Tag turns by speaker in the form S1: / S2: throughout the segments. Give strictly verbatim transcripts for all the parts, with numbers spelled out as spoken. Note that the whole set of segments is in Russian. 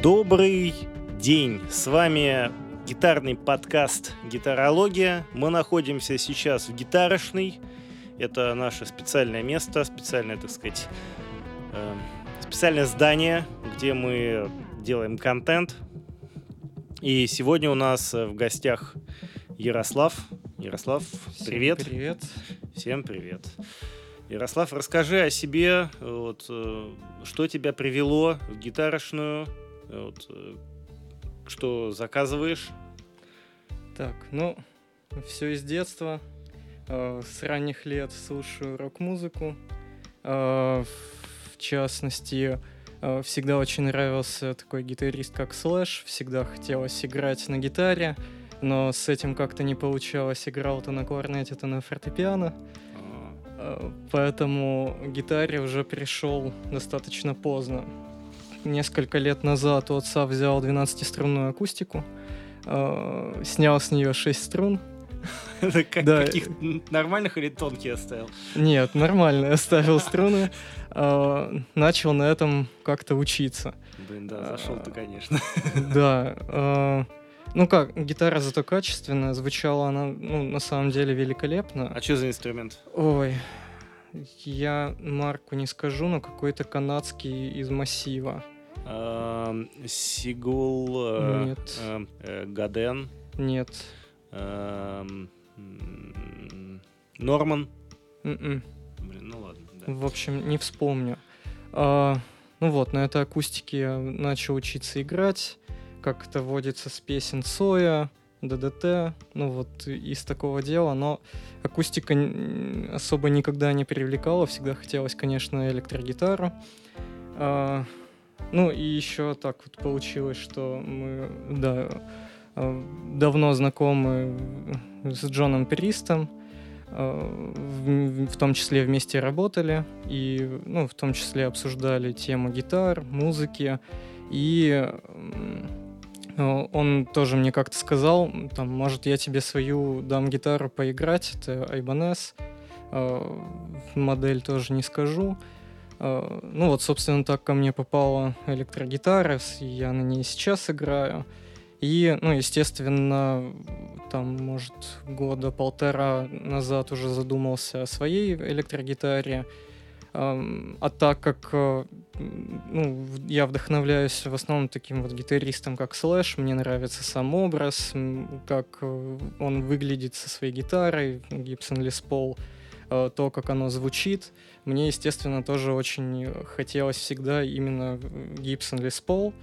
S1: Добрый день! С вами гитарный подкаст «Гитарология». Мы находимся сейчас в гитарочной. Это наше специальное место, специальное, так сказать, э, специальное здание, где мы делаем контент. И сегодня у нас в гостях Ярослав. Ярослав, привет.
S2: Всем привет.
S1: Всем привет. Ярослав, расскажи о себе, вот, что тебя привело в гитарочную, вот, что заказываешь?
S2: Так, ну, все из детства. С ранних лет слушаю рок-музыку. В частности, всегда очень нравился такой гитарист, как Слэш. Всегда хотелось играть на гитаре, но с этим как-то не получалось. Играл то на кларнете, то на фортепиано. Поэтому к гитаре уже пришел достаточно поздно. Несколько лет назад у отца взял двенадцатиструнную акустику, э, снял с нее шесть струн.
S1: Это как, да. Каких нормальных или тонкие оставил?
S2: Нет, нормально оставил струны. Э, начал на этом как-то учиться.
S1: Блин, да, зашел-то, конечно.
S2: Да. Э, ну как, гитара зато качественная, звучала она, ну, на самом деле великолепно.
S1: А что за инструмент?
S2: Ой, я марку не скажу, но какой-то канадский из массива.
S1: Сигул,
S2: Нет.
S1: Гаден.
S2: Нет.
S1: Норман.
S2: Mm-mm.
S1: Блин, ну ладно. Да.
S2: В общем, не вспомню. А, ну вот, на этой акустике я начал учиться играть. Как это водится с песен Соя, ДДТ, ну вот из такого дела. Но акустика особо никогда не привлекала. Всегда хотелось, конечно, электрогитару. А, ну и еще так вот получилось, что мы, да, давно знакомы с Джоном Пристом, в, в том числе вместе работали, и, ну, в том числе обсуждали тему гитар, музыки, и он тоже мне как-то сказал, там, может, я тебе свою дам гитару поиграть, это Ibanez, модель тоже не скажу. Ну вот, собственно, так ко мне попала электрогитара, я на ней сейчас играю. И, ну, естественно, там, может, года полтора назад уже задумался о своей электрогитаре. А так как, ну, я вдохновляюсь в основном таким вот гитаристом, как Слэш, мне нравится сам образ, как он выглядит со своей гитарой, Gibson Les Paul, то, как оно звучит. Мне, естественно, тоже очень хотелось всегда именно Gibson Les Paul.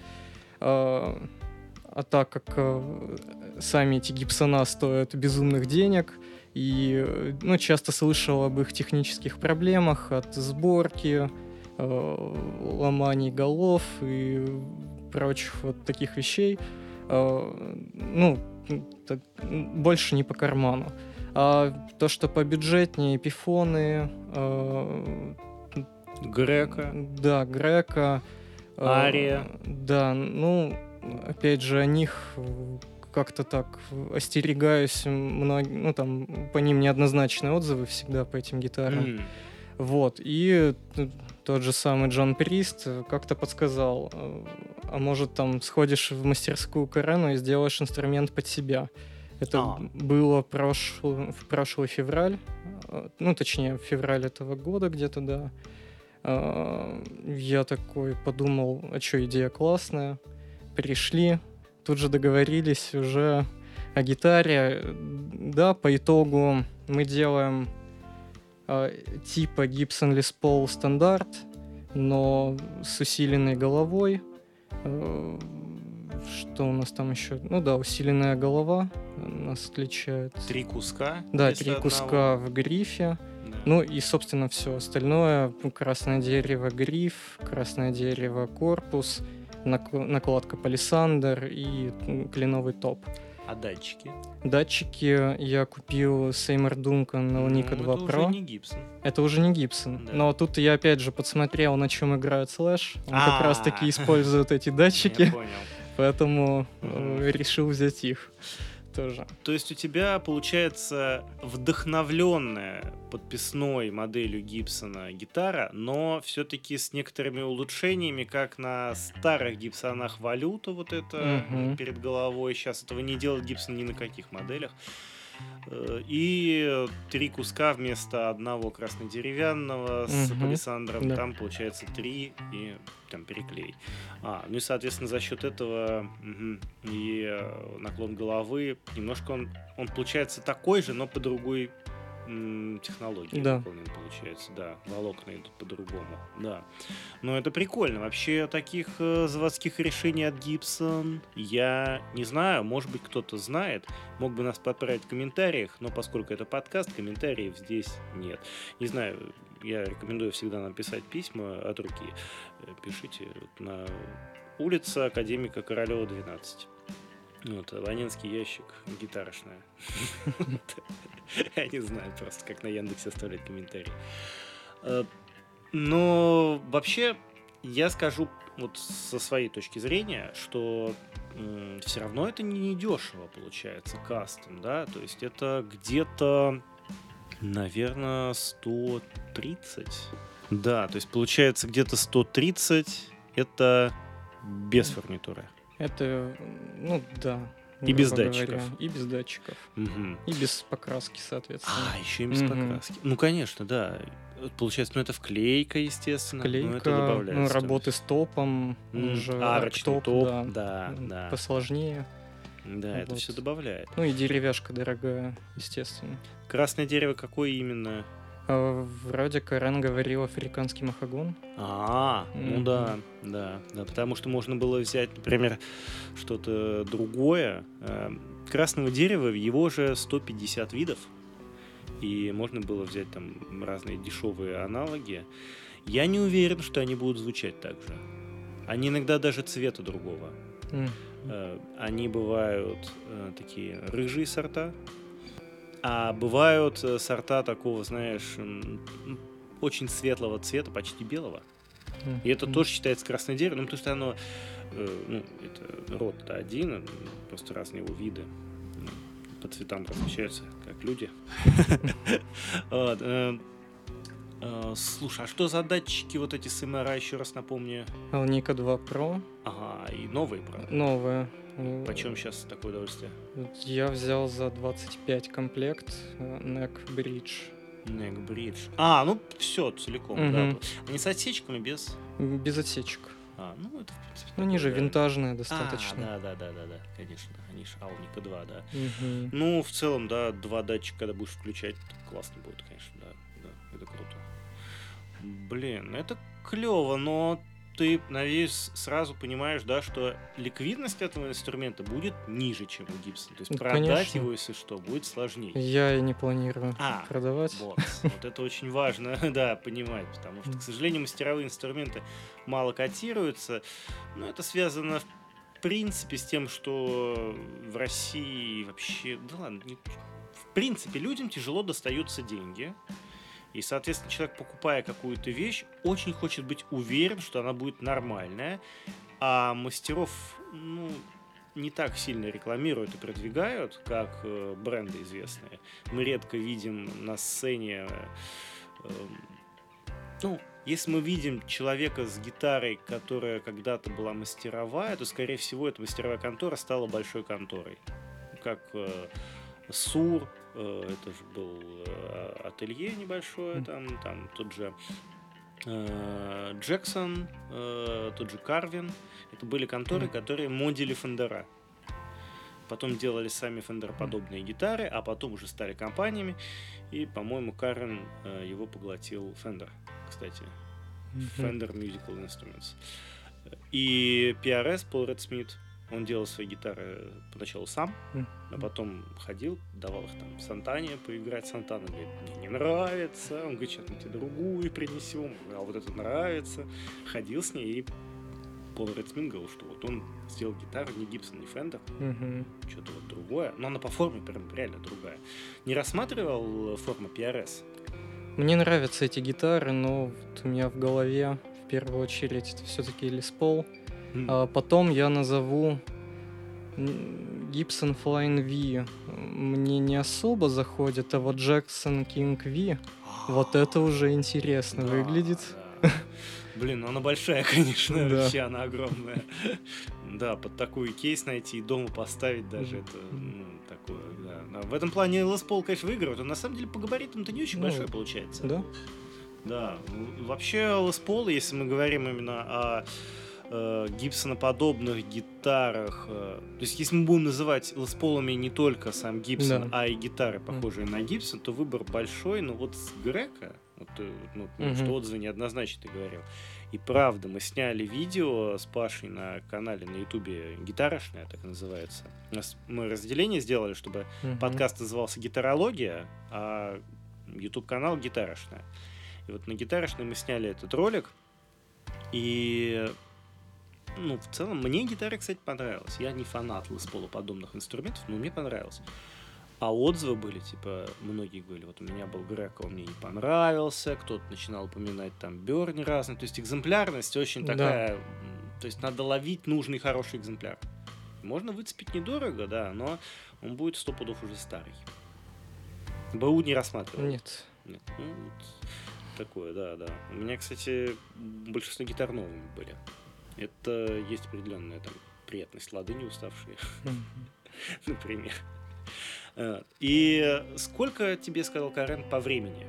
S2: А так как э, сами эти гибсона стоят безумных денег, и, ну, часто слышал об их технических проблемах от сборки, э, ломаний голов и прочих вот таких вещей, э, ну, так, больше не по карману. А то, что побюджетнее, Эпифоны, э,
S1: Грека.
S2: Да, Грека. Э,
S1: Ария.
S2: Да, ну... Опять же, о них как-то так остерегаюсь. Мног... Ну, там, по ним неоднозначные отзывы всегда по этим гитарам. Mm. Вот. И тот же самый Джон Прист как-то подсказал, а может, там, сходишь в мастерскую к Орену и сделаешь инструмент под себя. Это oh. было прошлый, в прошлый февраль. Ну, точнее, в феврале этого года где-то, да. Я такой подумал, а что, идея классная. Пришли, тут же договорились уже о гитаре. Да, по итогу мы делаем э, типа Gibson Les Paul стандарт, но с усиленной головой. Э, что у нас там еще? Ну да, усиленная голова нас отличает.
S1: Три куска?
S2: Да, три куска в грифе. Да. Ну и, собственно, все остальное. Красное дерево, гриф, красное дерево, корпус, накладка палисандр и кленовый топ.
S1: А датчики?
S2: Датчики я купил Seymour Duncan на Луника
S1: ну,
S2: два
S1: это
S2: Pro.
S1: Это уже не Gibson.
S2: Это уже не Gibson. Да. Но тут я опять же подсмотрел, на чем играет Слэш. Он
S1: А-а-а.
S2: как раз таки использует эти датчики.
S1: Я понял.
S2: Поэтому решил взять их. тоже.
S1: То есть у тебя получается вдохновленная подписной моделью Гибсона гитара, но все-таки с некоторыми улучшениями, как на старых Гибсонах валюта вот это
S2: Мгм.
S1: перед головой. Сейчас этого не делает Гибсон ни на каких моделях. И три куска вместо одного краснодеревянного с
S2: Мгм.
S1: палисандром.
S2: Да.
S1: Там получается три и там переклей. А, ну и, соответственно, за счет этого мгм, и э, наклон головы немножко он, он получается такой же, но по другой м, технологии
S2: Да.
S1: выполнен получается. Да, волокна идут по-другому. Да. Но это прикольно. Вообще таких э, заводских решений от Gibson я не знаю. Может быть, кто-то знает. Мог бы нас подправить в комментариях, но поскольку это подкаст, комментариев здесь нет. Не знаю, я рекомендую всегда нам писать письма от руки. Э, Пишите вот на улица Академика Королева, двенадцать. Вот, абонентский ящик, гитарочная. Я не знаю просто, как на Яндексе оставлять комментарии. Э, Но вообще, я скажу вот со своей точки зрения, что все равно это не дешево получается, кастом, да, то есть это где-то, наверное, сто тридцать. Да, то есть получается где-то сто тридцать это без фурнитуры.
S2: Это, ну да.
S1: И без
S2: грубо
S1: датчиков.
S2: говоря, И без датчиков.
S1: Мгм.
S2: И без покраски, соответственно.
S1: А, еще и без
S2: Мгм.
S1: покраски. Ну, конечно, да. Получается, ну это вклейка, естественно. но это
S2: Клейка,
S1: добавляет
S2: ну,
S1: стоимость.
S2: работы с топом, он
S1: М,
S2: же
S1: арочный
S2: арктоп,
S1: топ,
S2: да.
S1: да,
S2: М,
S1: да.
S2: Посложнее.
S1: Да, это
S2: Вот.
S1: все добавляет.
S2: Ну и деревяшка дорогая, естественно.
S1: Красное дерево какое именно?
S2: А, вроде Карен говорил африканский махагон.
S1: А, ну
S2: Мгм.
S1: да, да, да, потому что можно было взять, например, что-то другое. Э, Красного дерева, его же сто пятьдесят видов, и можно было взять там разные дешевые аналоги. Я не уверен, что они будут звучать так же. Они иногда даже цвета другого.
S2: М.
S1: Э, Они бывают э, такие рыжие сорта, а бывают э, сорта такого, знаешь, м, м, очень светлого цвета, почти белого.
S2: М.
S1: И это
S2: М.
S1: тоже считается красное дерево, ну, потому что оно, э, ну, это род-то один, м, просто разные его виды м, по цветам различаются, как люди. Вот, э, э, Слушай, а что за датчики вот эти с эм эр ай, еще раз напомни?
S2: Alnica два Pro,
S1: Ага, и новые, правда?
S2: новая. Э,
S1: Почем сейчас такое удовольствие?
S2: Я взял за двадцать пять комплект э, Neck Bridge.
S1: Neck Bridge. А, ну все, целиком, да.
S2: Мгм.
S1: Они с отсечками без...
S2: Без отсечек.
S1: А, ну это, в принципе,
S2: Ну, они же
S1: такое, да.
S2: винтажные
S1: А,
S2: достаточно.
S1: да, да, да, да, да, конечно. Они же Alnica два, да.
S2: Мгм.
S1: Ну, в целом, да, два датчика, когда будешь включать, классно будет, конечно, да, да, это круто. Блин, это клево, но ты, надеюсь, сразу понимаешь, да, что ликвидность этого инструмента будет ниже, чем у Gibson. То есть
S2: Ну,
S1: продать
S2: конечно.
S1: его, если что, будет сложнее.
S2: Я и не планирую
S1: А,
S2: продавать.
S1: Вот, вот это очень важно, да, понимать, потому что, к сожалению, мастеровые инструменты мало котируются, но это связано, в принципе, с тем, что в России вообще, да ладно, не- в принципе, людям тяжело достаются деньги, и, соответственно, человек, покупая какую-то вещь, очень хочет быть уверен, что она будет нормальная, а мастеров, ну, не так сильно рекламируют и продвигают, как э, бренды известные. Мы редко видим на сцене... э, ну, если мы видим человека с гитарой, которая когда-то была мастеровая, то, скорее всего, эта мастеровая контора стала большой конторой. Как э, Сур, э, это же был э, ателье небольшое, там, там тот же э, Джексон, э, тот же Карвин. Это были конторы,
S2: Мгм.
S1: которые модили фендера. Потом делали сами фендер-подобные гитары, а потом уже стали компаниями. И, по-моему, Карен э, его поглотил Fender, кстати.
S2: Мгм.
S1: Fender Musical Instruments. И пи ар эс, Пол Ред Смит, он делал свои гитары поначалу сам,
S2: Мгм.
S1: а потом ходил, давал их там Сантане поиграть. Сантана говорит, мне не нравится. Он говорит, сейчас мы тебе другую принесем. А вот это нравится. Ходил с ней, и Пол Ред Смит говорил, что вот он сделал гитару не Гибсон, не Фендер,
S2: Мгм.
S1: что-то вот другое. Но она по форме прям реально другая. Не рассматривал форму пи ар эс?
S2: Мне нравятся эти гитары, но вот у меня в голове в первую очередь это все-таки Les Paul.
S1: М.
S2: А потом я назову, Gibson Flying V мне не особо заходит, а вот Jackson King V, вот это уже интересно
S1: Да,
S2: выглядит.
S1: Да. Блин, ну она большая, конечно,
S2: Да.
S1: вообще она огромная. Да, под такой кейс найти и дома поставить даже это, ну, такое, да. В этом плане Les Paul, конечно, выигрывает, но на самом деле по габаритам-то не очень
S2: Ну,
S1: большой получается.
S2: Да.
S1: Да, ну, вообще Les Paul, если мы говорим именно о э, гибсоноподобных гитарах, э, то есть если мы будем называть Les Paul'ами не только сам Гибсон,
S2: Да.
S1: а и гитары, похожие mm. на Гибсон, то выбор большой, но вот с Грека, вот, ну,
S2: Mm-hmm.
S1: что отзывы неоднозначно ты говорил. И правда, мы сняли видео с Пашей на канале на Ютубе «Гитарошная», так называется. У нас мы разделение сделали, чтобы mm-hmm. подкаст назывался «Гитарология», а Ютуб-канал «Гитарошная». И вот на «Гитарошной» мы сняли этот ролик, и, ну, в целом, мне гитара, кстати, понравилась. Я не фанат Les Paul подобных инструментов, но мне понравилось. А отзывы были, типа, многие говорили, вот у меня был Грек, он мне не понравился, кто-то начинал упоминать там Берни разные, то есть экземплярность очень такая, да. То есть надо ловить нужный хороший экземпляр. Можно выцепить недорого, да, но он будет сто пудов уже старый. БУ не рассматривал?
S2: Нет.
S1: Нет. Ну, вот такое, да, да. У меня, кстати, большинство гитар новыми были. Это есть определенная там приятность лады не уставшие, например. И сколько тебе сказал Карен по времени?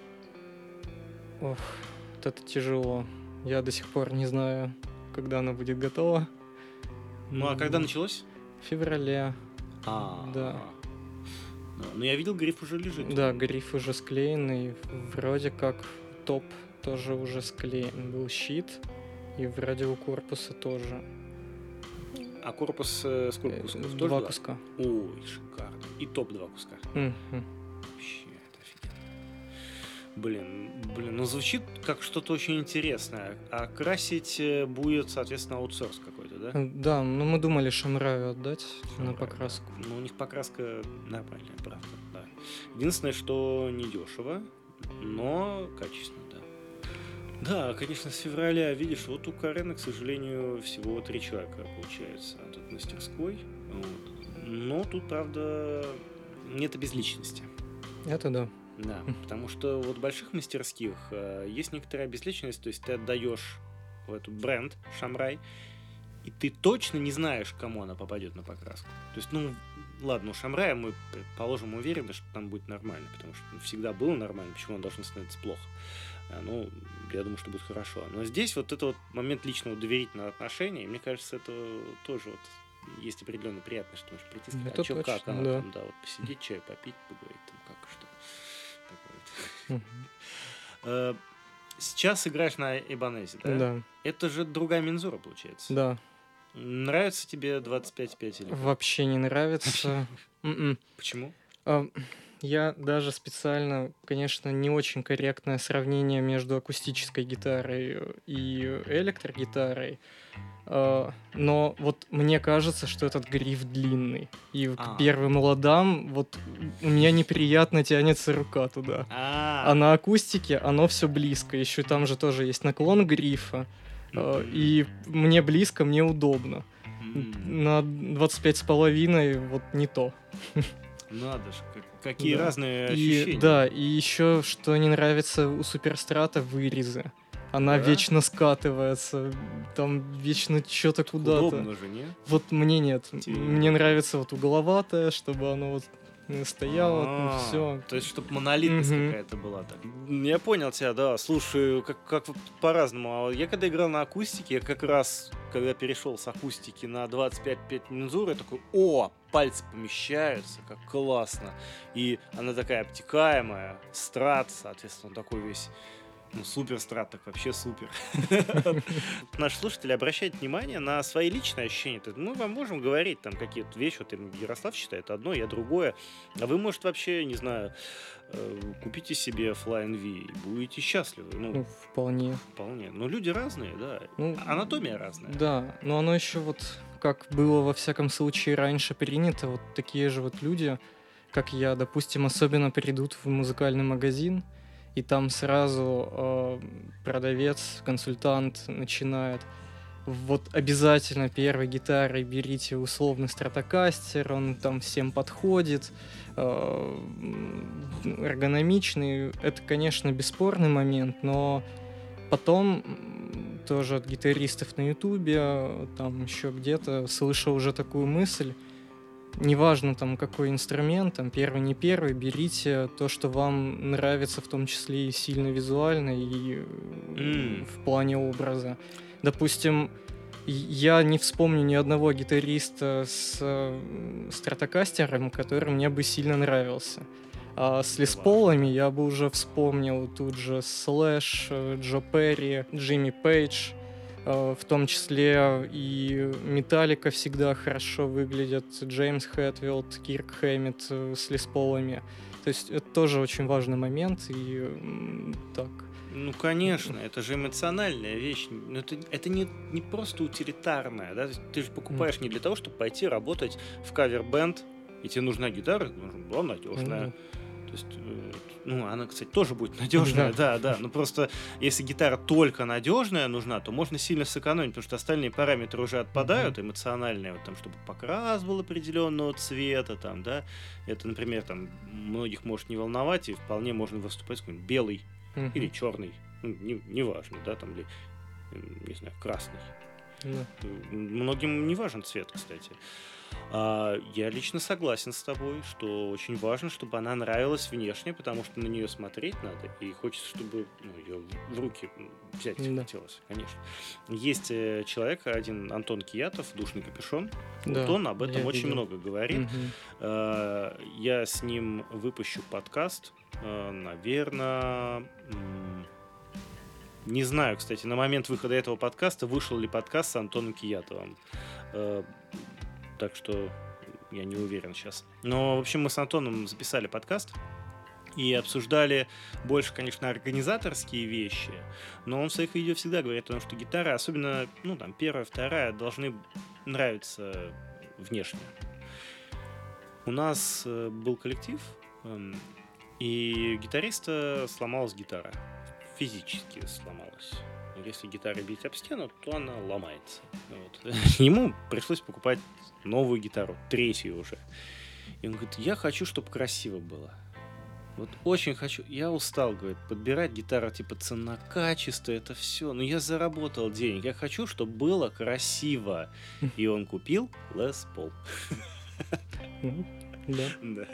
S2: Ох, вот это тяжело. Я до сих пор не знаю, когда она будет готова.
S1: Ну, а когда началось?
S2: В феврале.
S1: А,
S2: да.
S1: Ну, я видел, гриф уже лежит.
S2: Да, гриф уже склеенный. Вроде как топ тоже уже склеен. Был щит. И вроде у корпуса тоже.
S1: А корпус э, сколько кусков?
S2: Два, два куска.
S1: Ой, шикарно. И топ два куска.
S2: Mm-hmm.
S1: Вообще, это офигенно. Блин, блин, ну звучит как что-то очень интересное. А красить будет, соответственно, аутсорс какой-то, да?
S2: Да, ну мы думали Шамраю отдать
S1: Шамрай,
S2: на покраску.
S1: Да. Ну у них покраска нормальная, правда, да. Единственное, что недешево, но качественно, да. Да, конечно, с февраля, видишь, вот у Карена, к сожалению, всего три человека получается тут мастерской. Вот. Но тут, правда, нет обезличенности.
S2: Это да.
S1: Да, потому что вот в больших мастерских э, есть некоторая обезличенность, то есть ты отдаешь в этот бренд Шамрай, и ты точно не знаешь, кому она попадет на покраску. То есть, ну, ладно, у Шамрая мы, предположим, уверены, что там будет нормально, потому что ну, всегда было нормально, почему он должен становиться плохо. А, ну, я думаю, что будет хорошо. Но здесь вот это вот момент личного доверительного отношения, и мне кажется, это тоже вот есть определенная приятность, что можешь прийти и сказать,
S2: это
S1: а что,
S2: точно,
S1: как она
S2: да.
S1: там, да, вот посидеть, чай попить, поговорить, там, как, что. Такое вот. Сейчас играешь на Ибанезе, да?
S2: Да.
S1: Это же другая мензура, получается.
S2: Да.
S1: Нравится тебе двадцать пять пять или
S2: вообще не нравится.
S1: Почему?
S2: Я даже специально, конечно, не очень корректное сравнение между акустической гитарой и электрогитарой, но вот мне кажется, что этот гриф длинный. И а. к первым ладам вот у меня неприятно тянется рука туда.
S1: А,
S2: а на акустике оно все близко. Еще там же тоже есть наклон грифа. Mm-hmm. И мне близко, мне удобно. Mm-hmm. На двадцать пять с половиной вот не то.
S1: Надо же, как, какие
S2: да.
S1: разные
S2: и,
S1: ощущения.
S2: Да, и еще, что не нравится у Суперстрата, вырезы. Она да? вечно скатывается, там вечно что-то куда-то.
S1: Удобно же, не?
S2: Вот мне нет. Тебе мне нравится вот угловатое, чтобы оно вот стояло, ну все.
S1: То есть, чтобы монолитность mm-hmm. какая-то была так. Я понял тебя, да. Слушай, как, как по-разному. Я когда играл на акустике, я как раз, когда перешел с акустики на двадцать пять пять мензур, я такой, о, пальцы помещаются, как классно. И она такая обтекаемая, страт, соответственно, он такой весь... Ну, супер страт, так вообще супер. Наши слушатели обращают внимание на свои личные ощущения. Мы вам можем говорить там какие-то вещи, вот Ярослав считает одно, я другое. А вы, может, вообще, не знаю, купите себе Flying V и будете счастливы. Ну,
S2: ну вполне.
S1: Вполне. Но люди разные, да. Ну, анатомия разная.
S2: Да, но оно еще вот, как было во всяком случае раньше принято, вот такие же вот люди, как я, допустим, особенно придут в музыкальный магазин, и там сразу э, продавец, консультант начинает. вот обязательно первой гитарой берите условный стратокастер, он там всем подходит, эргономичный. Это, конечно, бесспорный момент, но потом тоже от гитаристов на ютубе, там еще где-то слышал уже такую мысль, неважно там какой инструмент, там первый, не первый, берите то, что вам нравится, в том числе и сильно визуально, и mm. в плане образа. Допустим, я не вспомню ни одного гитариста с стратокастером, который мне бы сильно нравился. А с лесполами я бы уже вспомнил тут же Слэш, Джо Перри, Джимми Пейдж. В том числе и Металлика всегда хорошо выглядят, Джеймс Хэтфилд, Кирк Хэммит с лесполами. То есть это тоже очень важный момент. И так.
S1: Ну, конечно, это же эмоциональная вещь. Это, это не, не просто утилитарная. Да? Ты же покупаешь mm. не для того, чтобы пойти работать в кавер-бэнд, и тебе нужна гитара, была надежная. Mm. То есть, ну, она, кстати, тоже будет надежная, mm-hmm. да, да. Но просто если гитара только надежная нужна, то можно сильно сэкономить, потому что остальные параметры уже отпадают, mm-hmm. эмоциональные, вот, там, чтобы покрас был определенного цвета, там, да. Это, например, там, многих может не волновать, и вполне можно выступать с какой-нибудь белый mm-hmm. или черный, ну, не, не важно, да, там, или, не знаю, красный. Mm-hmm. Многим не важен цвет, кстати. А, я лично согласен с тобой, что очень важно, чтобы она нравилась внешне, потому что на нее смотреть надо, и хочется, чтобы ну, ее в руки взять да. хотелось, конечно. Есть э, человек, один Антон Киятов, «Душный капюшон», да, вот он об этом очень видел. много говорит. Угу. А, я с ним выпущу подкаст, а, наверное... М- не знаю, кстати, на момент выхода этого подкаста вышел ли подкаст с Антоном Киятовым. А, так что я не уверен сейчас. Но, в общем, мы с Антоном записали подкаст и обсуждали больше, конечно, организаторские вещи, но он в своих видео всегда говорит о том, что гитара, особенно, ну, там, первая, вторая, должны нравиться внешне. У нас э, был коллектив, э, и гитариста сломалась гитара. Физически сломалась. Если гитару бить об стену, то она ломается. Вот. Ему пришлось покупать новую гитару, третью уже. И он говорит, я хочу, чтобы красиво было. Вот очень хочу. Я устал, говорит, подбирать гитару, типа цена-качество, это все. Но я заработал денег. Я хочу, чтобы было красиво. И он купил Les Paul. Да.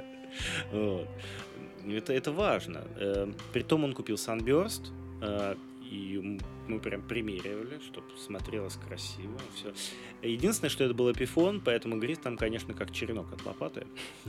S1: Это, это важно. Притом он купил Sunburst, и мы прям примеривали, чтобы смотрелось красиво. Все. Единственное, что это был Эпифон, поэтому гриф там, конечно, как черенок от лопаты.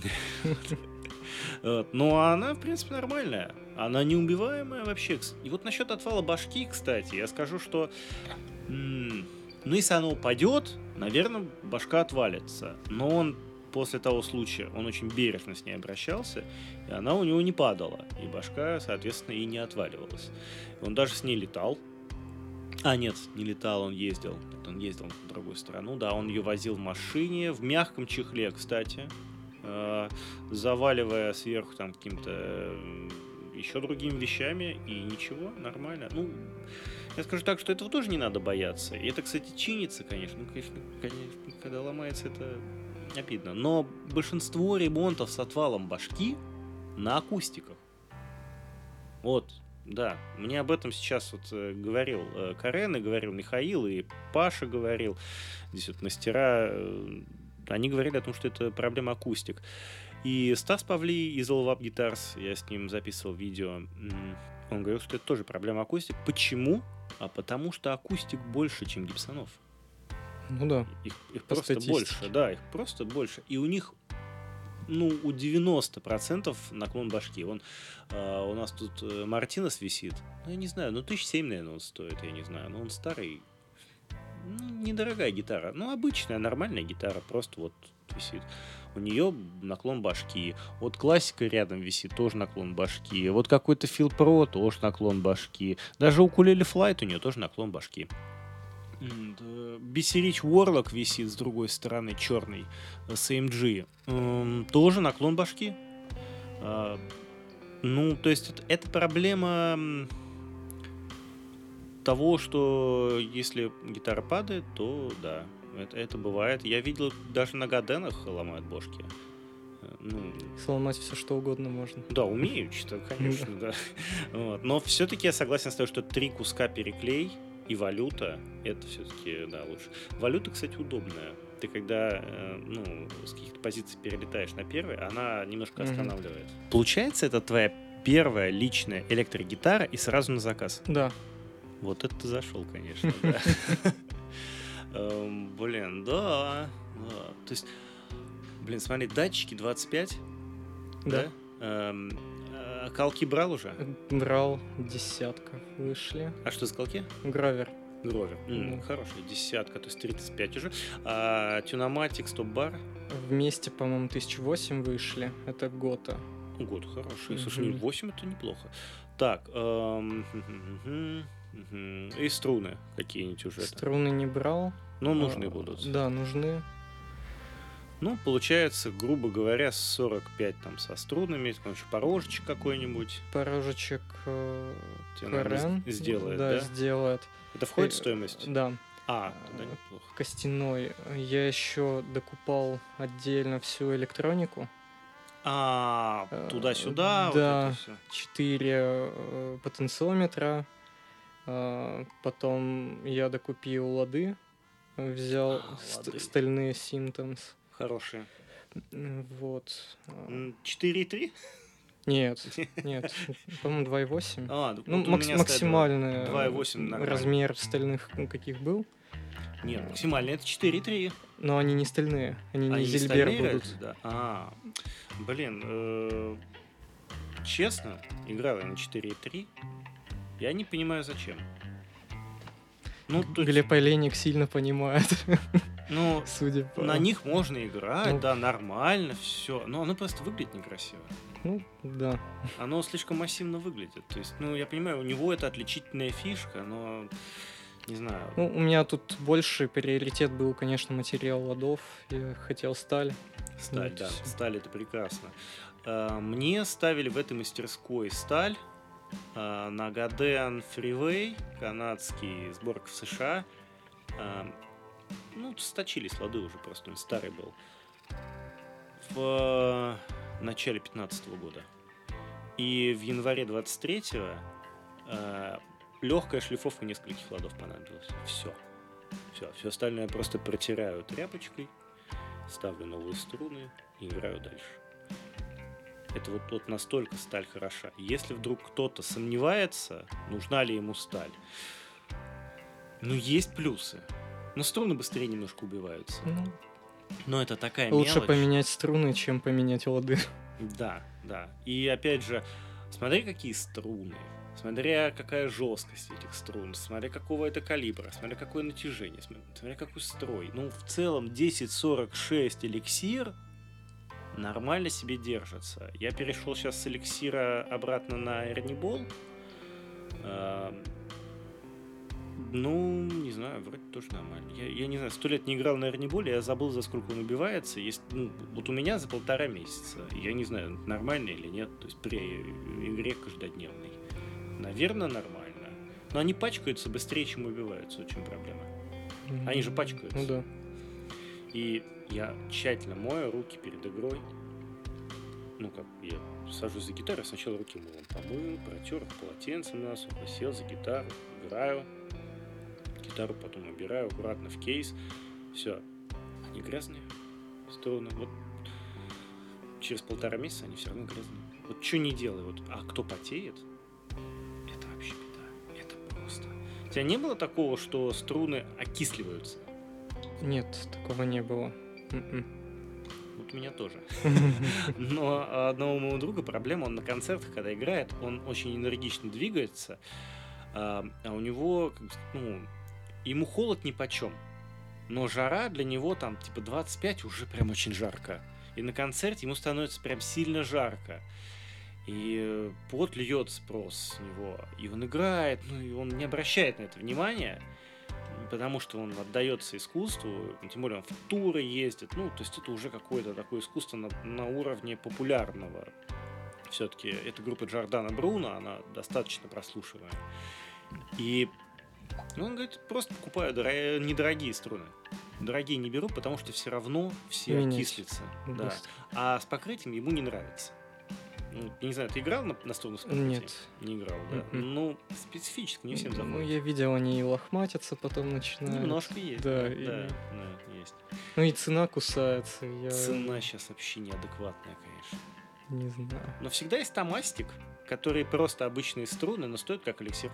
S1: Но она, в принципе, нормальная. Она неубиваемая вообще. И вот насчет отвала башки, кстати, я скажу, что ну, если она упадет, наверное, башка отвалится. Но он после того случая, он очень бережно с ней обращался, и она у него не падала. И башка, соответственно, и не отваливалась. Он даже с ней летал. А, нет, не летал, он ездил. Он ездил в другую страну. Да, он ее возил в машине, в мягком чехле, кстати, э, заваливая сверху там каким-то э, еще другими вещами, и ничего, нормально. Ну, я скажу так, что этого тоже не надо бояться. И это, кстати, чинится, конечно. Ну, конечно, конечно, когда ломается, это обидно. Но большинство ремонтов с отвалом башки на акустиках. Вот. Да, мне об этом сейчас вот э, говорил э, Карен, и говорил Михаил, и Паша говорил. Здесь вот мастера, э, они говорили о том, что это проблема акустик. И Стас Павли из All Up Guitars, я с ним записывал видео, он говорил, что это тоже проблема акустик. Почему? А потому что акустик больше, чем гибсонов.
S2: Ну да.
S1: Их, их просто больше, да, их просто больше. И у них ну, у девяносто процентов наклон башки. Он, э, у нас тут э, Мартинес висит. Ну, я не знаю, ну, тысяч семь, наверное, он стоит, я не знаю. Но он старый. Ну, недорогая гитара. Ну, обычная, нормальная гитара. Просто вот висит. У нее наклон башки. Вот классика рядом висит, тоже наклон башки. Вот какой-то Feel Pro, тоже наклон башки. Даже укулеле Flight у нее тоже наклон башки. Бисерич Warlock висит с другой стороны, черный, с эй эм джи. Эм, тоже наклон башки. Э, ну, то есть это, это проблема того, что если гитара падает, то да, это, это бывает. Я видел, даже на Гаденах ломают бошки. Ну,
S2: сломать все, что угодно можно.
S1: Да, умеючи-то, конечно, да. Вот. Но все-таки я согласен с тобой, что три куска переклей и валюта, это все-таки, да, лучше. Валюта, кстати, удобная. Ты когда, ну, с каких-то позиций перелетаешь на первый, она немножко останавливает. Mm-hmm. Получается, это твоя первая личная электрогитара и сразу на заказ?
S2: Да.
S1: Вот это ты зашел, конечно, да. Блин, да. То есть, блин, смотри, датчики двадцать пять.
S2: Да.
S1: А колки брал уже?
S2: Брал, десятка вышли.
S1: А что за колки?
S2: Гровер.
S1: Гровер. Mm, mm. Хорошая, десятка, то есть тридцать пять уже. А Тюноматик, стоп-бар?
S2: Вместе, по-моему, тысяча восемь вышли. Это Гота.
S1: Год хороший. Mm-hmm. Слушай, восемь это неплохо. Так, эм, mm-hmm, mm-hmm. И струны какие-нибудь уже?
S2: Струны не брал.
S1: Ну, нужны а, будут.
S2: Да, нужны.
S1: Ну, получается, грубо говоря, сорок пять там со струнами, там еще порожечек какой-нибудь.
S2: Порожечек э,
S1: Карен сделает,
S2: да?
S1: Да,
S2: сделает.
S1: Это входит в стоимость?
S2: Да.
S1: А, тогда неплохо.
S2: Костяной. Я еще докупал отдельно всю электронику.
S1: А, туда-сюда?
S2: Да,
S1: вот это все.
S2: четыре э, потенциометра. Э, потом я докупил лады. Взял
S1: а,
S2: ст-
S1: лады.
S2: стальные Symptoms.
S1: Хорошие.
S2: Вот.
S1: четыре и три?
S2: Нет, нет, по-моему, два и восемь.
S1: А,
S2: ну,
S1: вот
S2: макс- максимальный
S1: два и восемь
S2: размер стальных каких был.
S1: Нет, максимальный это четыре и три.
S2: Но они не стальные, они,
S1: они
S2: не Зильбер будут.
S1: Разве, да? А, блин, э- честно, играл я на четыре и три. Я не понимаю, зачем.
S2: Ну, то... Глеб Олейник сильно понимает.
S1: Ну,
S2: судя по...
S1: на них можно играть,
S2: ну...
S1: да, нормально, все. Но оно просто выглядит некрасиво.
S2: Ну, да.
S1: Оно слишком массивно выглядит. То есть, ну, я понимаю, у него это отличительная фишка, но не знаю.
S2: Ну, у меня тут больше приоритет был, конечно, материал ладов. Я хотел сталь.
S1: Сталь, вот да. Все. Сталь это прекрасно. Мне ставили в этой мастерской сталь. На Гаден Freeway, канадский, сборка в США. Ну, сточились лады уже просто, он старый был. В начале пятнадцатого года. И в январе двадцать третьего легкая шлифовка нескольких ладов понадобилась. Все. Все. Все остальное я просто протираю тряпочкой, ставлю новые струны и играю дальше. Это вот, вот настолько сталь хороша. Если вдруг кто-то сомневается, нужна ли ему сталь, ну, есть плюсы. Но струны быстрее немножко убиваются.
S2: Ну,
S1: но это такая
S2: лучше
S1: мелочь.
S2: Поменять струны, чем поменять лады.
S1: Да, да. И опять же, смотри, какие струны. Смотря какая жесткость этих струн, смотря какого это калибра, смотря какое натяжение, смотря какой строй. Ну, в целом, десять сорок шесть эликсир нормально себе держится. Я перешел сейчас с эликсира обратно на Эрнибол. Ну, не знаю, вроде тоже нормально. Я, я не знаю, сто лет не играл на Эрниболе, я забыл, за сколько он убивается. Есть, ну, вот у меня за полтора месяца. Я не знаю, нормально или нет. То есть при игре каждодневной. Наверное, нормально. Но они пачкаются быстрее, чем убиваются. Очень проблема. Они же пачкаются.
S2: Ну да.
S1: И я тщательно мою руки перед игрой. Ну как, я сажусь за гитару, сначала руки мыл, помыл, протер полотенцем насухо, сел за гитару, играю. Гитару потом убираю аккуратно в кейс. Все. Они грязные. Струны. Вот через полтора месяца они все равно грязные. Вот что не делай. Вот. А кто потеет, это вообще беда. Это просто. У тебя не было такого, что струны окисливаются?
S2: Нет, такого не было.
S1: Вот у меня тоже. Но одного моего друга проблема, он на концертах, когда играет, он очень энергично двигается, а у него, ну, ему холод нипочем, но жара для него там типа двадцать пять уже прям очень жарко. И на концерте ему становится прям сильно жарко. И пот льется просто с него. И он играет, ну и он не обращает на это внимания, потому что он отдается искусству, тем более он в туры ездит. Ну, то есть это уже какое-то такое искусство на, на уровне популярного. Все-таки эта группа Джордана Бруно, она достаточно прослушиваемая. И Ну, он говорит, просто покупаю дорогие, недорогие струны. Дорогие не беру, потому что все равно все
S2: Менять.
S1: окислятся. Да. А с покрытием ему не нравится. Ну, я не знаю, ты играл на, на струну с покрытием?
S2: Нет.
S1: Не играл, да?
S2: Mm-mm.
S1: Ну, специфически, не всем заходит.
S2: Ну, я видел, они и лохматятся потом начинают.
S1: Немножко есть.
S2: Да,
S1: Да,
S2: и...
S1: да, да, есть.
S2: Ну и цена кусается. Я...
S1: Цена сейчас вообще неадекватная, конечно.
S2: Не знаю.
S1: Но всегда есть томастик, который просто обычные струны, но стоит как эликсир.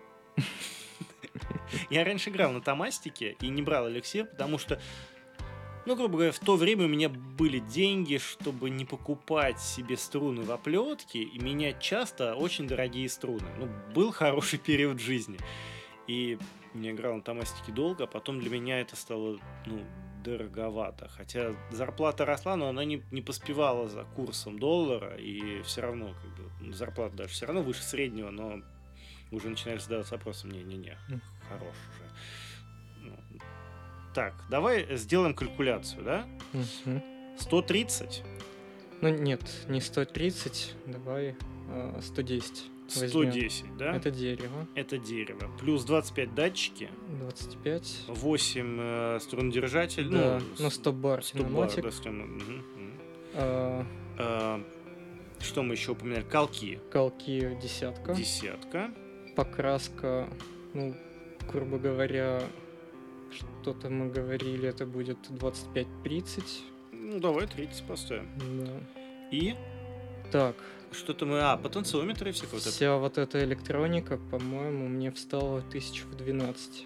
S1: Я раньше играл на томастике и не брал эликсир, потому что, ну, грубо говоря, в то время у меня были деньги, чтобы не покупать себе струны в оплетке и менять часто очень дорогие струны. Ну, был хороший период жизни. И я играл на томастике долго, а потом для меня это стало, ну, дороговато. Хотя зарплата росла, но она не, не поспевала за курсом доллара, и все равно, как бы, зарплата даже все равно выше среднего, но уже начинаешь задаваться вопросом, не-не-не, хорош уже. Ну, так, давай сделаем калькуляцию, да?
S2: Угу.
S1: сто тридцать?
S2: Ну нет, не сто тридцать, давай а, сто десять.
S1: сто десять,
S2: возьмем.
S1: да?
S2: Это дерево.
S1: Это дерево. Плюс двадцать пять датчики.
S2: двадцать пять.
S1: восемь э, струнодержатель.
S2: Да,
S1: ну,
S2: на сто бар киноматик.
S1: Да, сто, угу, угу.
S2: А,
S1: А, что мы еще упоминали? Колки.
S2: колки десятка.
S1: Десятка.
S2: Покраска, ну, грубо говоря, что-то мы говорили, это будет двадцать пять тридцать.
S1: Ну, давай тридцать поставим.
S2: Да.
S1: И
S2: Так.
S1: Что-то мы... А, потенциометры всякого.
S2: Вся вот эта электроника, по-моему, мне встала тысяч в двенадцать.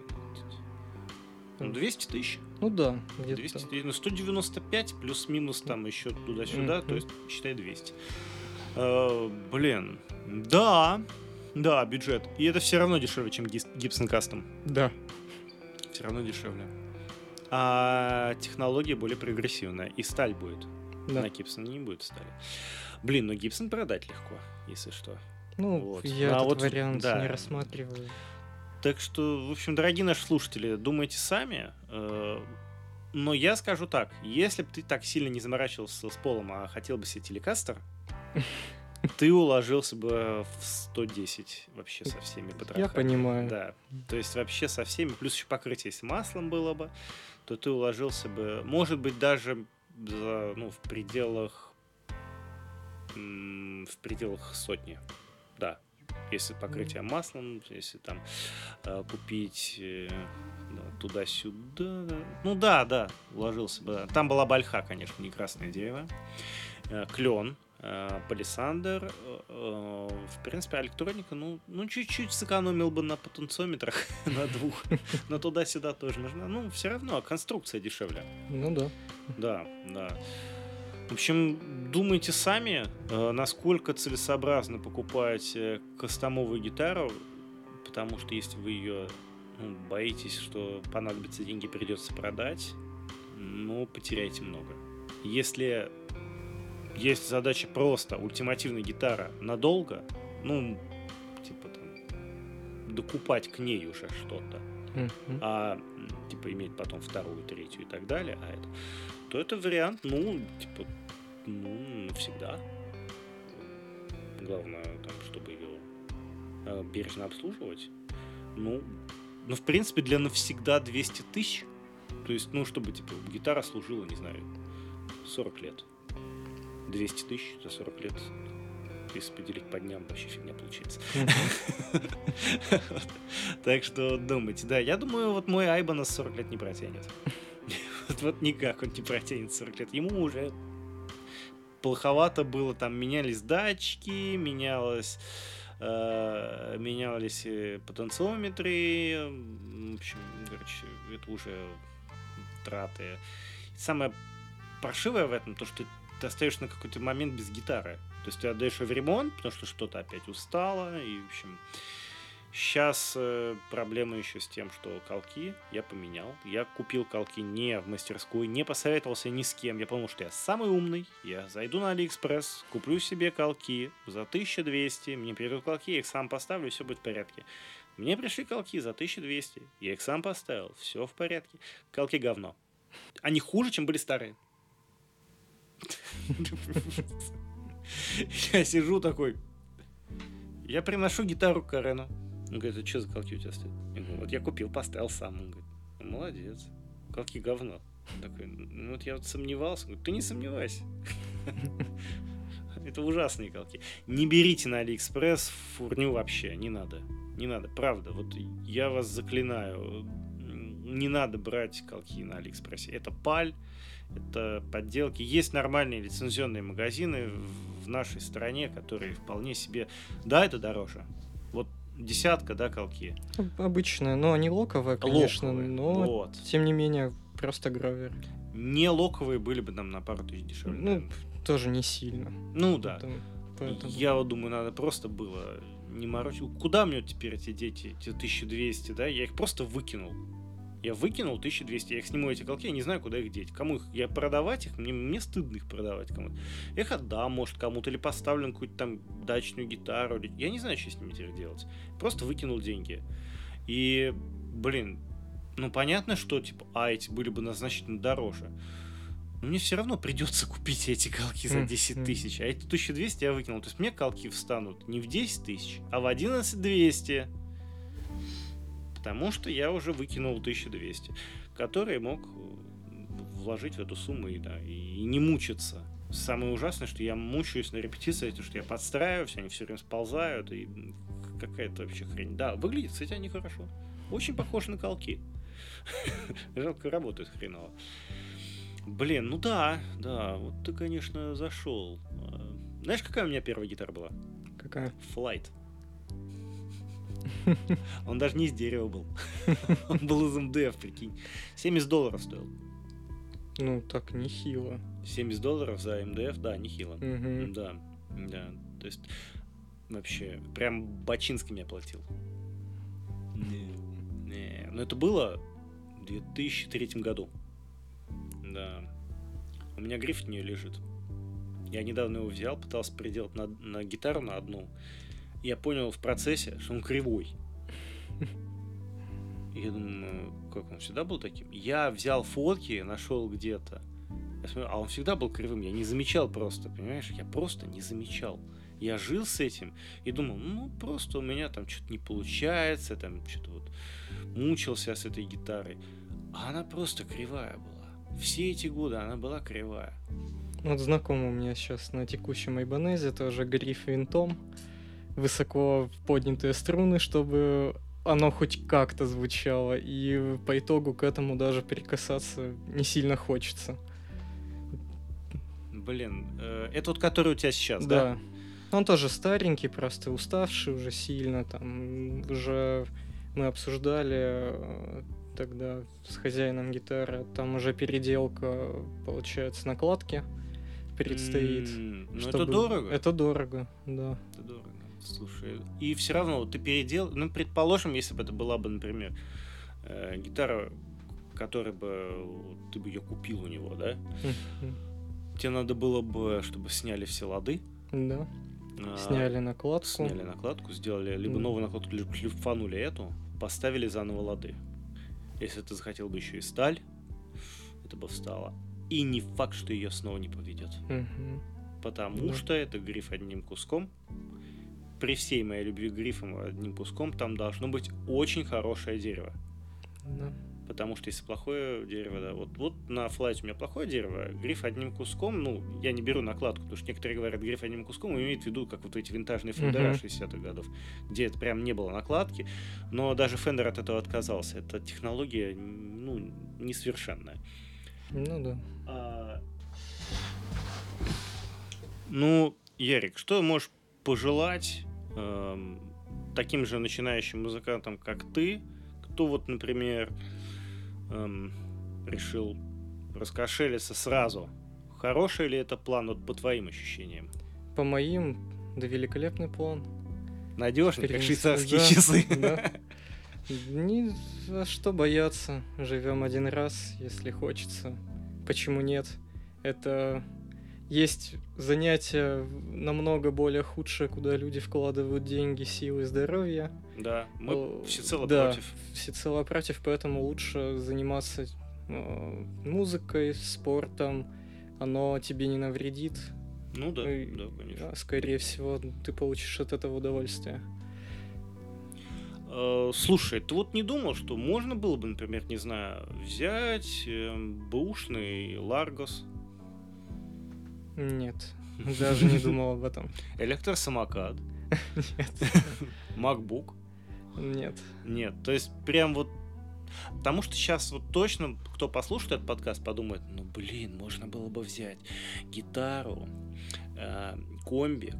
S1: Ну, двести тысяч.
S2: Ну да, где-то
S1: двести,
S2: так.
S1: ну, сто девяносто пять плюс-минус там еще туда-сюда,
S2: Mm-hmm.
S1: то есть считай двести. А, блин, да, да, бюджет. И это все равно дешевле, чем Gibson Custom.
S2: Да.
S1: Все равно дешевле. А технология более прогрессивная. И сталь будет.
S2: Да.
S1: На Gibson не будет стали. Блин, но Gibson продать легко, если что.
S2: Ну,
S1: Вот.
S2: я
S1: Ну, а
S2: этот
S1: вот,
S2: вариант
S1: да.
S2: не рассматриваю.
S1: Так что, в общем, дорогие наши слушатели, думайте сами. Э, но я скажу так. Если бы ты так сильно не заморачивался с полом, а хотел бы себе телекастер, ты уложился бы в сто десять вообще со всеми потрохами.
S2: Я понимаю.
S1: Да, то есть вообще со всеми. Плюс еще покрытие, если маслом было бы, то ты уложился бы, может быть, даже за, ну, в пределах в пределах сотни, да. Если покрытие маслом, если там э, купить э, да, туда-сюда. Да. Ну да, да, уложился бы. Там была бальха, конечно, не красное дерево. Э, клен, э, палисандр. Э, в принципе, электроника, ну, ну, чуть-чуть сэкономил бы на потенциометрах, на двух. Но туда-сюда тоже нужна. Ну, все равно, конструкция дешевле.
S2: Ну да.
S1: Да, да. В общем, думайте сами, э, насколько целесообразно покупать э, кастомовую гитару, потому что если вы ее ну, боитесь, что понадобятся деньги, придется продать, ну, потеряете много. Если есть задача просто ультимативная гитара надолго, ну, типа там, докупать к ней уже что-то,
S2: Mm-hmm.
S1: а типа иметь потом вторую, третью и так далее, а это, то это вариант, ну, типа, ну, навсегда. Главное, там, чтобы ее э, бережно обслуживать. Ну, ну, в принципе, для навсегда двести тысяч. То есть, ну, чтобы, типа, гитара служила, не знаю, сорок лет. двести тысяч за сорок лет. Если поделить по дням, вообще фигня получается. Так что думайте. Да, я думаю, вот мой Айба на сорок лет не протянет. Вот никак он не протянет сорок лет. Ему уже плоховато было. Там менялись датчики, менялось... менялись потенциометры. В общем, короче, это уже траты. Самое паршивое в этом, то, что ты остаешься на какой-то момент без гитары. То есть ты отдаешь ее в ремонт, потому что что-то опять устало. И, в общем, сейчас э, проблема еще с тем, что колки я поменял. Я купил колки не в мастерской, не посоветовался ни с кем. Я понял, что я самый умный. Я зайду на Алиэкспресс, куплю себе колки за тысячу двести. Мне придут колки, я их сам поставлю, и все будет в порядке. Мне пришли колки за тысячу двести. Я их сам поставил, все в порядке. Колки говно. Они хуже, чем были старые. Я сижу такой. Я приношу гитару к Карену. Он говорит, а что за колки у тебя стоят? Я Вот я купил, поставил сам. Он говорит, молодец, колки говно. Такой, ну вот я вот сомневался. Говорит, ты не сомневайся. Это ужасные колки. Не берите на Алиэкспресс фурню вообще, не надо. Не надо, правда. Вот я вас заклинаю, не надо брать колки на Алиэкспрессе. Это паль, это подделки. Есть нормальные лицензионные магазины в нашей стране, которые вполне себе... Да, это дороже. Вот десятка, да, колки.
S2: Обычная, но не локовая, конечно,
S1: локовые,
S2: но
S1: вот.
S2: Тем не менее просто гравер.
S1: Не локовые были бы нам на пару тысяч дешевле.
S2: Ну,
S1: наверное.
S2: Тоже не сильно.
S1: Ну да.
S2: Поэтому, поэтому...
S1: Я вот думаю, надо просто было не морочить. Куда мне теперь эти дети, эти тысяча двести, да? Я их просто выкинул. Я выкинул тысяча двести, я их сниму, эти колки, я не знаю, куда их деть. Кому их? Я продавать их? Мне, мне стыдно их продавать кому-то. Я их отдам, может, кому-то, или поставлю на какую-то там дачную гитару. Или... Я не знаю, что с ними теперь делать. Просто выкинул деньги. И, блин, ну понятно, что, типа, а эти были бы значительно дороже. Но мне все равно придется купить эти колки за десять тысяч. А эти тысяча двести я выкинул. То есть мне колки встанут не в десять тысяч, а в одиннадцать двести. Потому что я уже выкинул тысячу двести, которые мог вложить в эту сумму и, да, и не мучиться. Самое ужасное, что я мучаюсь на репетиции, это что я подстраиваюсь, они все время сползают, и какая-то вообще хрень. Да, выглядит, кстати, они хорошо. Очень похожи на колки. Жалко, работают хреново. Блин, ну да, да, вот ты, конечно, зашел. Знаешь, какая у меня первая гитара была?
S2: Какая?
S1: Flight. Он даже не из дерева был. Он был из эм дэ эф, прикинь. семьдесят долларов стоил.
S2: Ну, так нехило.
S1: семьдесят долларов за эм дэ эф, да, нехило.
S2: Угу.
S1: Да, да. То есть, вообще, прям бачинскими оплатил. Не, не. Но это было в две тысячи третьем году. Да. У меня гриф от нее лежит. Я недавно его взял, пытался переделать на, на гитару на одну. Я понял в процессе, что он кривой. Я думаю, как он всегда был таким? Я взял фотки, нашел где-то. Я смотрю, а он всегда был кривым. Я не замечал просто, понимаешь? Я просто не замечал. Я жил с этим и думал, ну, просто у меня там что-то не получается, там что-то вот мучился с этой гитарой. А она просто кривая была. Все эти годы она была кривая.
S2: Вот знакомый у меня сейчас на текущем Айбанезе тоже гриф винтом. Высоко поднятые струны, чтобы оно хоть как-то звучало. И по итогу к этому даже прикасаться не сильно хочется.
S1: Блин, э, это вот который у тебя сейчас, да?
S2: Да. Он тоже старенький, просто уставший уже сильно. Там уже мы обсуждали тогда с хозяином гитары. Там уже переделка, получается, накладки предстоит.
S1: Mm, ну
S2: чтобы...
S1: это дорого.
S2: Это дорого, да.
S1: Это дорого. Слушай, и все равно ты передел, ну, предположим, если бы это была бы, например, э, гитара, которой бы ты бы ее купил у него, да? Mm-hmm. Тебе надо было бы, чтобы сняли все лады.
S2: Да.
S1: А,
S2: сняли накладку.
S1: Сняли накладку, сделали либо mm. новую накладку, либо шлифанули эту, поставили заново лады. Если ты захотел бы еще и сталь, это бы встало. И не факт, что ее снова не поведет.
S2: Mm-hmm.
S1: Потому
S2: да.
S1: что это гриф одним куском. При всей моей любви к грифам одним куском там должно быть очень хорошее дерево.
S2: Да.
S1: Потому что если плохое дерево, да, вот, вот на флайте у меня плохое дерево, гриф одним куском, ну, я не беру накладку, потому что некоторые говорят, гриф одним куском, и имеют в виду, как вот эти винтажные фендера uh-huh. шестидесятых годов, где это прям не было накладки, но даже Fender от этого отказался. Это технология, ну, несовершенная.
S2: Ну да.
S1: А... Ну, Ярик, что можешь пожелать эм, таким же начинающим музыкантам, как ты, кто вот, например, эм, решил раскошелиться сразу? Хороший ли это план, вот по твоим ощущениям?
S2: По моим, да, великолепный план.
S1: Надежный, как швейцарские
S2: да,
S1: часы.
S2: Да. Не за что бояться. Живем один раз, если хочется. Почему нет? Это есть занятия намного более худшие, куда люди вкладывают деньги, силы, здоровье.
S1: Да, мы О, всецело
S2: да,
S1: против.
S2: всецело против, поэтому лучше заниматься э, музыкой, спортом. Оно тебе не навредит.
S1: Ну да,
S2: и,
S1: да, конечно.
S2: Скорее всего, ты получишь от этого удовольствие.
S1: Э, слушай, ты вот не думал, что можно было бы, например, не знаю, взять э, бэушный Ларгос?
S2: Нет, даже не думал об этом.
S1: Электросамокат?
S2: Нет.
S1: MacBook?
S2: Нет.
S1: Нет, то есть прям вот... Потому что сейчас вот точно, кто послушает этот подкаст, подумает, ну блин, можно было бы взять гитару, э, комбик,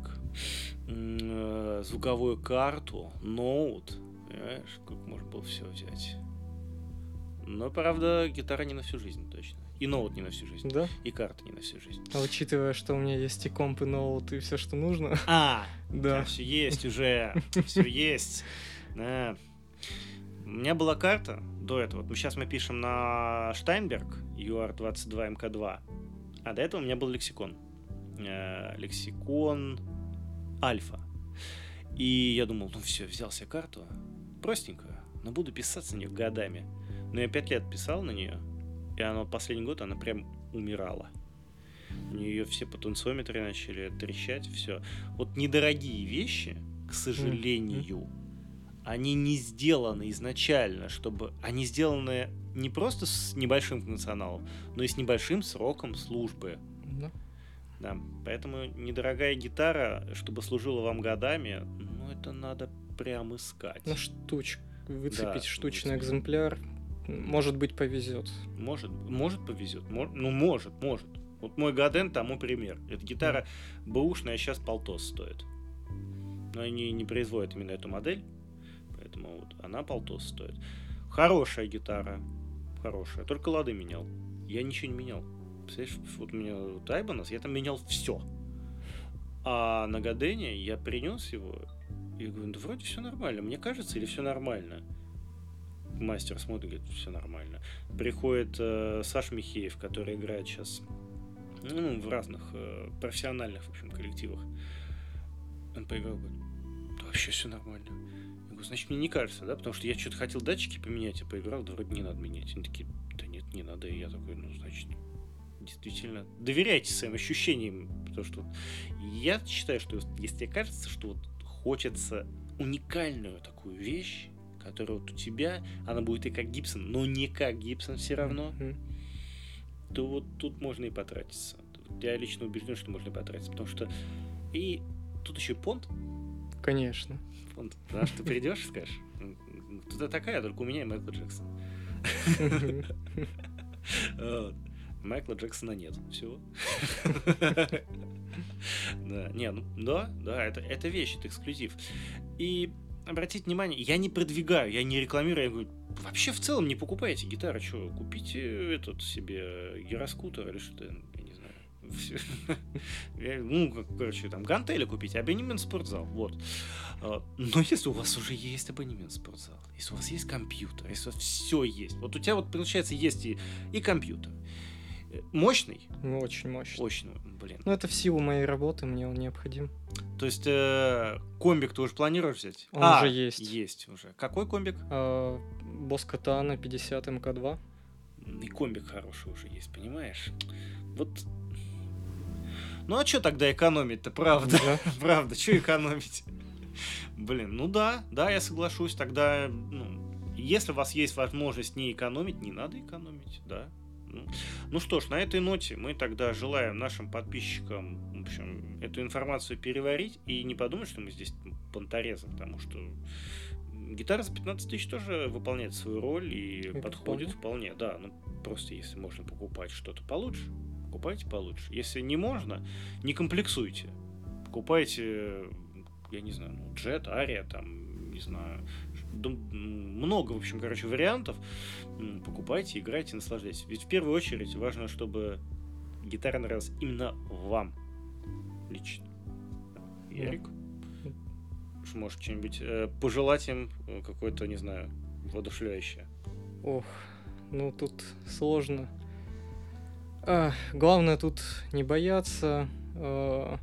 S1: э, звуковую карту, ноут. Понимаешь, как можно было все взять. Но, правда, гитара не на всю жизнь, точно. И ноут не на всю жизнь.
S2: Да?
S1: И карта не на всю жизнь.
S2: А учитывая, что у меня есть и комп, и ноут, и все, что нужно.
S1: А,
S2: да.
S1: все есть уже. Все есть. Да. У меня была карта до этого. Ну, сейчас мы пишем на Штайнберг ю ар двадцать два эм ка два. А до этого у меня был лексикон. Э, лексикон Альфа. И я думал, ну все, взял себе карту. Простенькую. Но буду писаться на нее годами. Но я пять лет писал на нее. И она последний год, она прям умирала. У нее все потенциометры начали трещать, все. Вот недорогие вещи, к сожалению, mm-hmm. они не сделаны изначально, чтобы... Они сделаны не просто с небольшим функционалом, но и с небольшим сроком службы.
S2: Mm-hmm.
S1: Да, поэтому недорогая гитара, чтобы служила вам годами, ну, это надо прям искать.
S2: Ну, штуч... выцепить
S1: да,
S2: штучный
S1: выцепить.
S2: экземпляр. Может быть, повезет.
S1: Может, может повезет. Мож, ну, может, может. Вот мой Гаден тому пример. Эта гитара mm. бэушная, сейчас полтос стоит. Но они не производят именно эту модель. Поэтому вот она полтос стоит. Хорошая гитара. Хорошая. Только лады менял. Я ничего не менял. Представляешь, вот у меня вот Ibanez, я там менял все. А на Гадене я принес его и говорю, да вроде все нормально. Мне кажется, или все нормально? Мастер смотрит, говорит, все нормально. Приходит э, Саша Михеев, который играет сейчас ну, в разных э, профессиональных, в общем, коллективах. Он поиграл, говорит, да вообще все нормально. Я говорю, значит, мне не кажется, да? Потому что я что-то хотел датчики поменять, а поиграл, да вроде не надо менять. Они такие, да нет, не надо. И я такой, ну, значит, действительно, доверяйте своим ощущениям. Потому что я считаю, что если тебе кажется, что вот хочется уникальную такую вещь, которая вот у тебя, она будет и как Гибсон, но не как Гибсон все равно, mm-hmm. то вот тут можно и потратиться. Я лично убежден, что можно и потратиться, потому что и тут еще и понт.
S2: Конечно.
S1: Понт. Да, ты придешь и скажешь, тут такая, только у меня и Майкла Джексона. Майкла Джексона нет. Все. Да, не, ну да, да, это, это вещь, это эксклюзив. И обратите внимание, я не продвигаю, я не рекламирую, я говорю, вообще в целом не покупайте гитару, что, купите этот себе гироскутер или что-то, я не знаю. Ну, короче, там гантели купите, абонемент в спортзал, вот. Но если у вас уже есть абонемент в спортзал, если у вас есть компьютер, если у вас все есть, вот у тебя вот, получается, есть и, и компьютер, мощный?
S2: Очень мощный.
S1: Очень, блин.
S2: Ну, это в силу моей работы, мне он необходим.
S1: То есть э, комбик ты уже планируешь взять?
S2: Он
S1: а,
S2: уже есть.
S1: Есть уже. Какой комбик?
S2: А, Boss Katana пятьдесят эм ка два.
S1: И комбик хороший уже есть, понимаешь? Вот. Ну а что тогда экономить-то, правда?
S2: Да.
S1: Правда, что экономить? Блин, ну да, да, я соглашусь. Тогда, ну, если у вас есть возможность не экономить, не надо экономить, да. Ну что ж, на этой ноте мы тогда желаем нашим подписчикам, в общем, эту информацию переварить и не подумать, что мы здесь понторезы, потому что гитара за пятнадцать тысяч тоже выполняет свою роль и это подходит вполне. вполне. Да, ну просто если можно покупать что-то получше, покупайте получше. Если не можно, не комплексуйте. Покупайте, я не знаю, ну, Jet, Aria, там, не знаю, много, в общем, короче, вариантов. Покупайте, играйте, наслаждайтесь. Ведь в первую очередь важно, чтобы гитара нравилась именно вам лично. Ярик, да. Может что-нибудь э, пожелать им какое-то, не знаю, воодушевляющее?
S2: Ох, ну тут сложно. А, главное тут не бояться. А,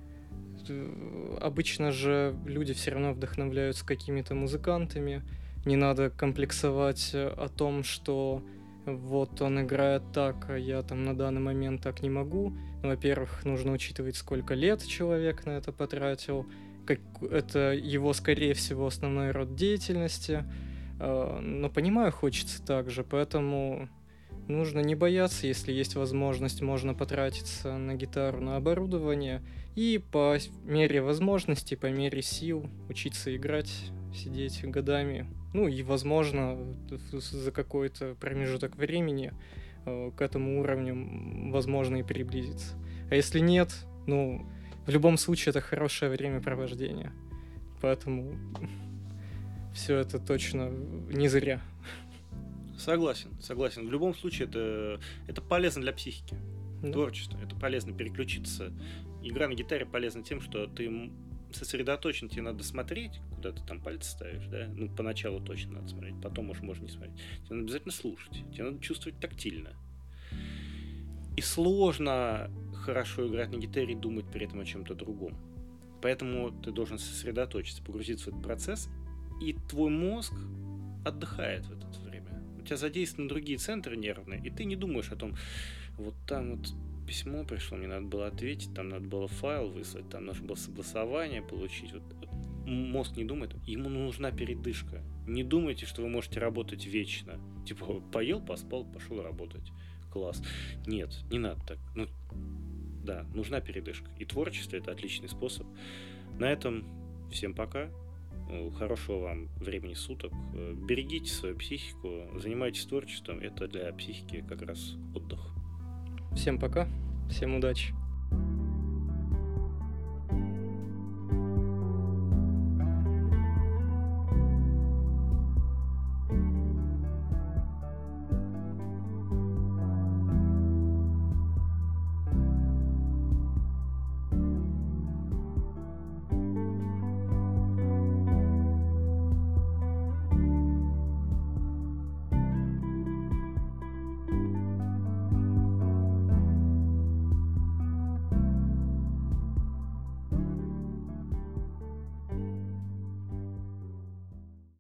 S2: обычно же люди все равно вдохновляются какими-то музыкантами. Не надо комплексовать о том, что вот он играет так, а я там на данный момент так не могу. Ну, во-первых, нужно учитывать, сколько лет человек на это потратил. как это его, скорее всего, основной род деятельности. Но понимаю, хочется так же, поэтому нужно не бояться, если есть возможность, можно потратиться на гитару, на оборудование и по мере возможности, по мере сил учиться играть, сидеть годами. Ну и, возможно, за какой-то промежуток времени к этому уровню возможно и приблизиться. А если нет, ну, в любом случае это хорошее времяпровождение. Поэтому все это точно не зря.
S1: Согласен, согласен. В любом случае это, это полезно для психики.
S2: Да.
S1: Творчество. Это полезно переключиться. Игра на гитаре полезна тем, что ты сосредоточен, тебе надо смотреть, куда ты там пальцы ставишь, да? Ну, поначалу точно надо смотреть, потом уж можно не смотреть. Тебе надо обязательно слушать, тебе надо чувствовать тактильно. И сложно хорошо играть на гитаре и думать при этом о чем-то другом. Поэтому ты должен сосредоточиться, погрузиться в этот процесс, и твой мозг отдыхает в это время. У тебя задействованы другие центры нервные, и ты не думаешь о том, вот там вот письмо пришло, мне надо было ответить, там надо было файл выслать, там нужно было согласование получить. Вот. Мозг не думает, ему нужна передышка. Не думайте, что вы можете работать вечно. Типа, поел, поспал, пошел работать. Класс. Нет, не надо так. Ну, да, нужна передышка. И творчество — это отличный способ. На этом всем пока. Хорошего вам времени суток. Берегите свою психику, занимайтесь творчеством. Это для психики как раз отдых.
S2: Всем пока, всем удачи.